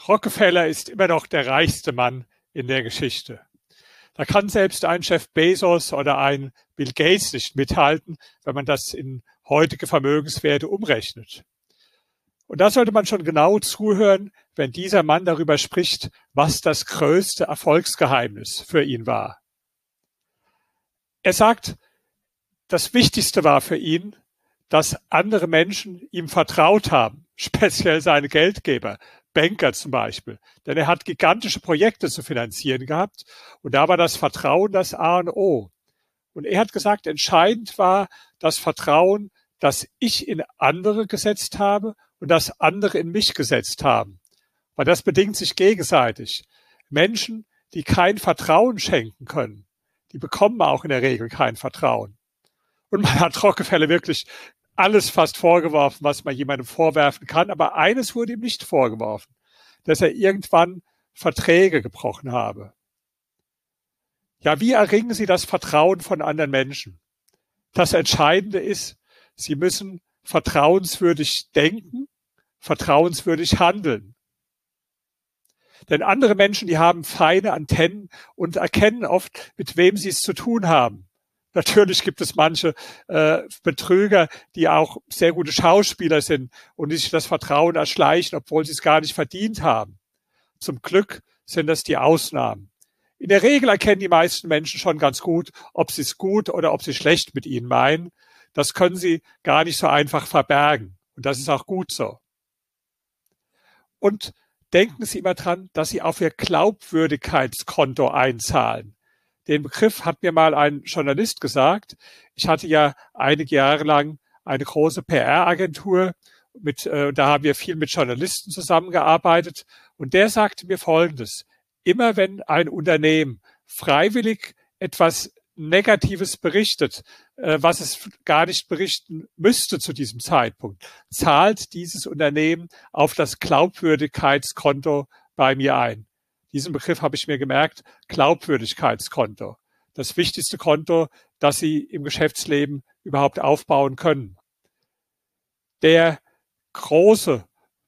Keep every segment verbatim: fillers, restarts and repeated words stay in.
Rockefeller ist immer noch der reichste Mann in der Geschichte. Da kann selbst ein Jeff Bezos oder ein Bill Gates nicht mithalten, wenn man das in heutige Vermögenswerte umrechnet. Und da sollte man schon genau zuhören, wenn dieser Mann darüber spricht, was das größte Erfolgsgeheimnis für ihn war. Er sagt, das Wichtigste war für ihn, dass andere Menschen ihm vertraut haben, speziell seine Geldgeber, Banker zum Beispiel. Denn er hat gigantische Projekte zu finanzieren gehabt und da war das Vertrauen das A und O. Und er hat gesagt, entscheidend war das Vertrauen, das ich in andere gesetzt habe und das andere in mich gesetzt haben. Weil das bedingt sich gegenseitig. Menschen, die kein Vertrauen schenken können, die bekommen auch in der Regel kein Vertrauen. Und man hat Rockefeller wirklich alles fast vorgeworfen, was man jemandem vorwerfen kann. Aber eines wurde ihm nicht vorgeworfen, dass er irgendwann Verträge gebrochen habe. Ja, wie erringen Sie das Vertrauen von anderen Menschen? Das Entscheidende ist, Sie müssen vertrauenswürdig denken, vertrauenswürdig handeln. Denn andere Menschen, die haben feine Antennen und erkennen oft, mit wem sie es zu tun haben. Natürlich gibt es manche äh, Betrüger, die auch sehr gute Schauspieler sind und die sich das Vertrauen erschleichen, obwohl sie es gar nicht verdient haben. Zum Glück sind das die Ausnahmen. In der Regel erkennen die meisten Menschen schon ganz gut, ob sie es gut oder ob sie schlecht mit ihnen meinen. Das können sie gar nicht so einfach verbergen. Und das ist auch gut so. Und denken Sie immer dran, dass Sie auf Ihr Glaubwürdigkeitskonto einzahlen. Den Begriff hat mir mal ein Journalist gesagt. Ich hatte ja einige Jahre lang eine große P R-Agentur. Mit, äh, da haben wir viel mit Journalisten zusammengearbeitet. Und der sagte mir Folgendes. Immer wenn ein Unternehmen freiwillig etwas Negatives berichtet, äh, was es gar nicht berichten müsste zu diesem Zeitpunkt, zahlt dieses Unternehmen auf das Glaubwürdigkeitskonto bei mir ein. Diesen Begriff habe ich mir gemerkt, Glaubwürdigkeitskonto. Das wichtigste Konto, das Sie im Geschäftsleben überhaupt aufbauen können. Der große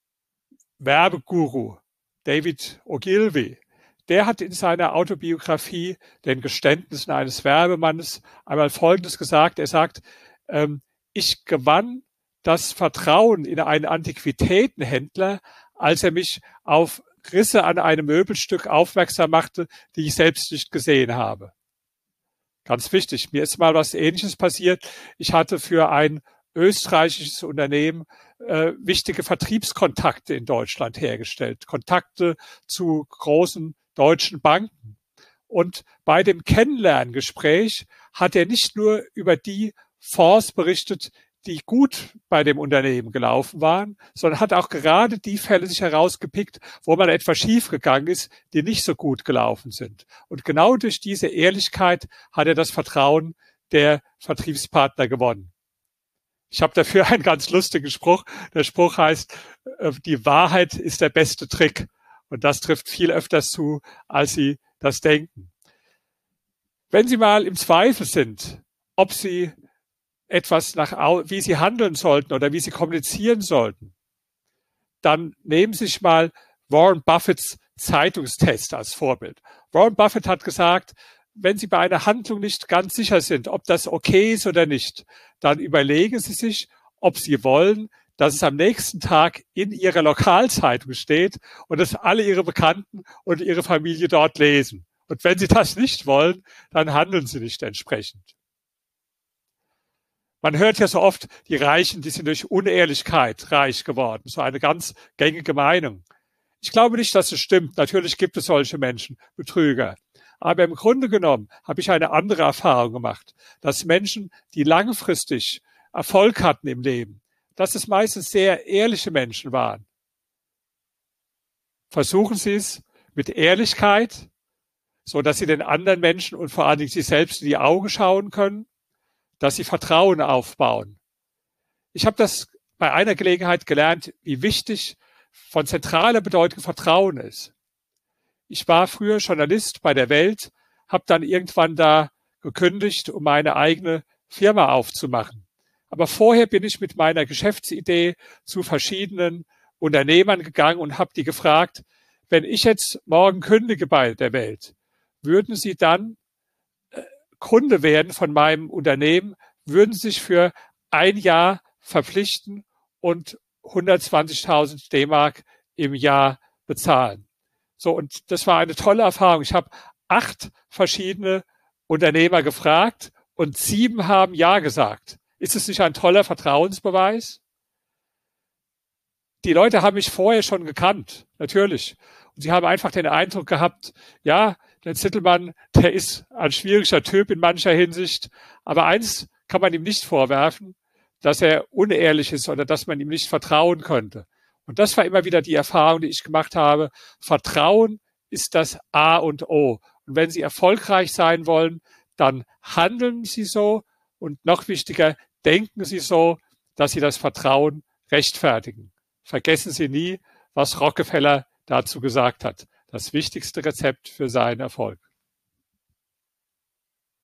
Werbeguru David Ogilvy, der hat in seiner Autobiografie, den Geständnissen eines Werbemannes, einmal Folgendes gesagt. Er sagt, ähm, ich gewann das Vertrauen in einen Antiquitätenhändler, als er mich auf Risse an einem Möbelstück aufmerksam machte, die ich selbst nicht gesehen habe. Ganz wichtig, mir ist mal was Ähnliches passiert. Ich hatte für ein österreichisches Unternehmen äh, wichtige Vertriebskontakte in Deutschland hergestellt, Kontakte zu großen deutschen Banken. Und bei dem Kennenlerngespräch hat er nicht nur über die Fonds berichtet, die gut bei dem Unternehmen gelaufen waren, sondern hat auch gerade die Fälle sich herausgepickt, wo man etwas schiefgegangen ist, die nicht so gut gelaufen sind. Und genau durch diese Ehrlichkeit hat er das Vertrauen der Vertriebspartner gewonnen. Ich habe dafür einen ganz lustigen Spruch. Der Spruch heißt, die Wahrheit ist der beste Trick. Und das trifft viel öfters zu, als Sie das denken. Wenn Sie mal im Zweifel sind, ob Sie etwas nach, wie Sie handeln sollten oder wie Sie kommunizieren sollten, dann nehmen Sie sich mal Warren Buffetts Zeitungstest als Vorbild. Warren Buffett hat gesagt, wenn Sie bei einer Handlung nicht ganz sicher sind, ob das okay ist oder nicht, dann überlegen Sie sich, ob Sie wollen, dass es am nächsten Tag in Ihrer Lokalzeitung steht und dass alle Ihre Bekannten und Ihre Familie dort lesen. Und wenn Sie das nicht wollen, dann handeln Sie nicht entsprechend. Man hört ja so oft, die Reichen, die sind durch Unehrlichkeit reich geworden. So eine ganz gängige Meinung. Ich glaube nicht, dass es stimmt. Natürlich gibt es solche Menschen, Betrüger. Aber im Grunde genommen habe ich eine andere Erfahrung gemacht, dass Menschen, die langfristig Erfolg hatten im Leben, dass es meistens sehr ehrliche Menschen waren. Versuchen Sie es mit Ehrlichkeit, so dass Sie den anderen Menschen und vor allen Dingen sich selbst in die Augen schauen können, dass Sie Vertrauen aufbauen. Ich habe das bei einer Gelegenheit gelernt, wie wichtig, von zentraler Bedeutung Vertrauen ist. Ich war früher Journalist bei der Welt, habe dann irgendwann da gekündigt, um meine eigene Firma aufzumachen. Aber vorher bin ich mit meiner Geschäftsidee zu verschiedenen Unternehmern gegangen und habe die gefragt, wenn ich jetzt morgen kündige bei der Welt, würden Sie dann äh, Kunde werden von meinem Unternehmen, würden Sie sich für ein Jahr verpflichten und hundertzwanzigtausend D-Mark im Jahr bezahlen. So, und das war eine tolle Erfahrung. Ich habe acht verschiedene Unternehmer gefragt und sieben haben Ja gesagt. Ist es nicht ein toller Vertrauensbeweis? Die Leute haben mich vorher schon gekannt, natürlich. Und sie haben einfach den Eindruck gehabt, ja, der Zittelmann, der ist ein schwieriger Typ in mancher Hinsicht. Aber eins kann man ihm nicht vorwerfen, dass er unehrlich ist oder dass man ihm nicht vertrauen könnte. Und das war immer wieder die Erfahrung, die ich gemacht habe. Vertrauen ist das A und O. Und wenn Sie erfolgreich sein wollen, dann handeln Sie so und noch wichtiger, denken Sie so, dass Sie das Vertrauen rechtfertigen. Vergessen Sie nie, was Rockefeller dazu gesagt hat. Das wichtigste Rezept für seinen Erfolg.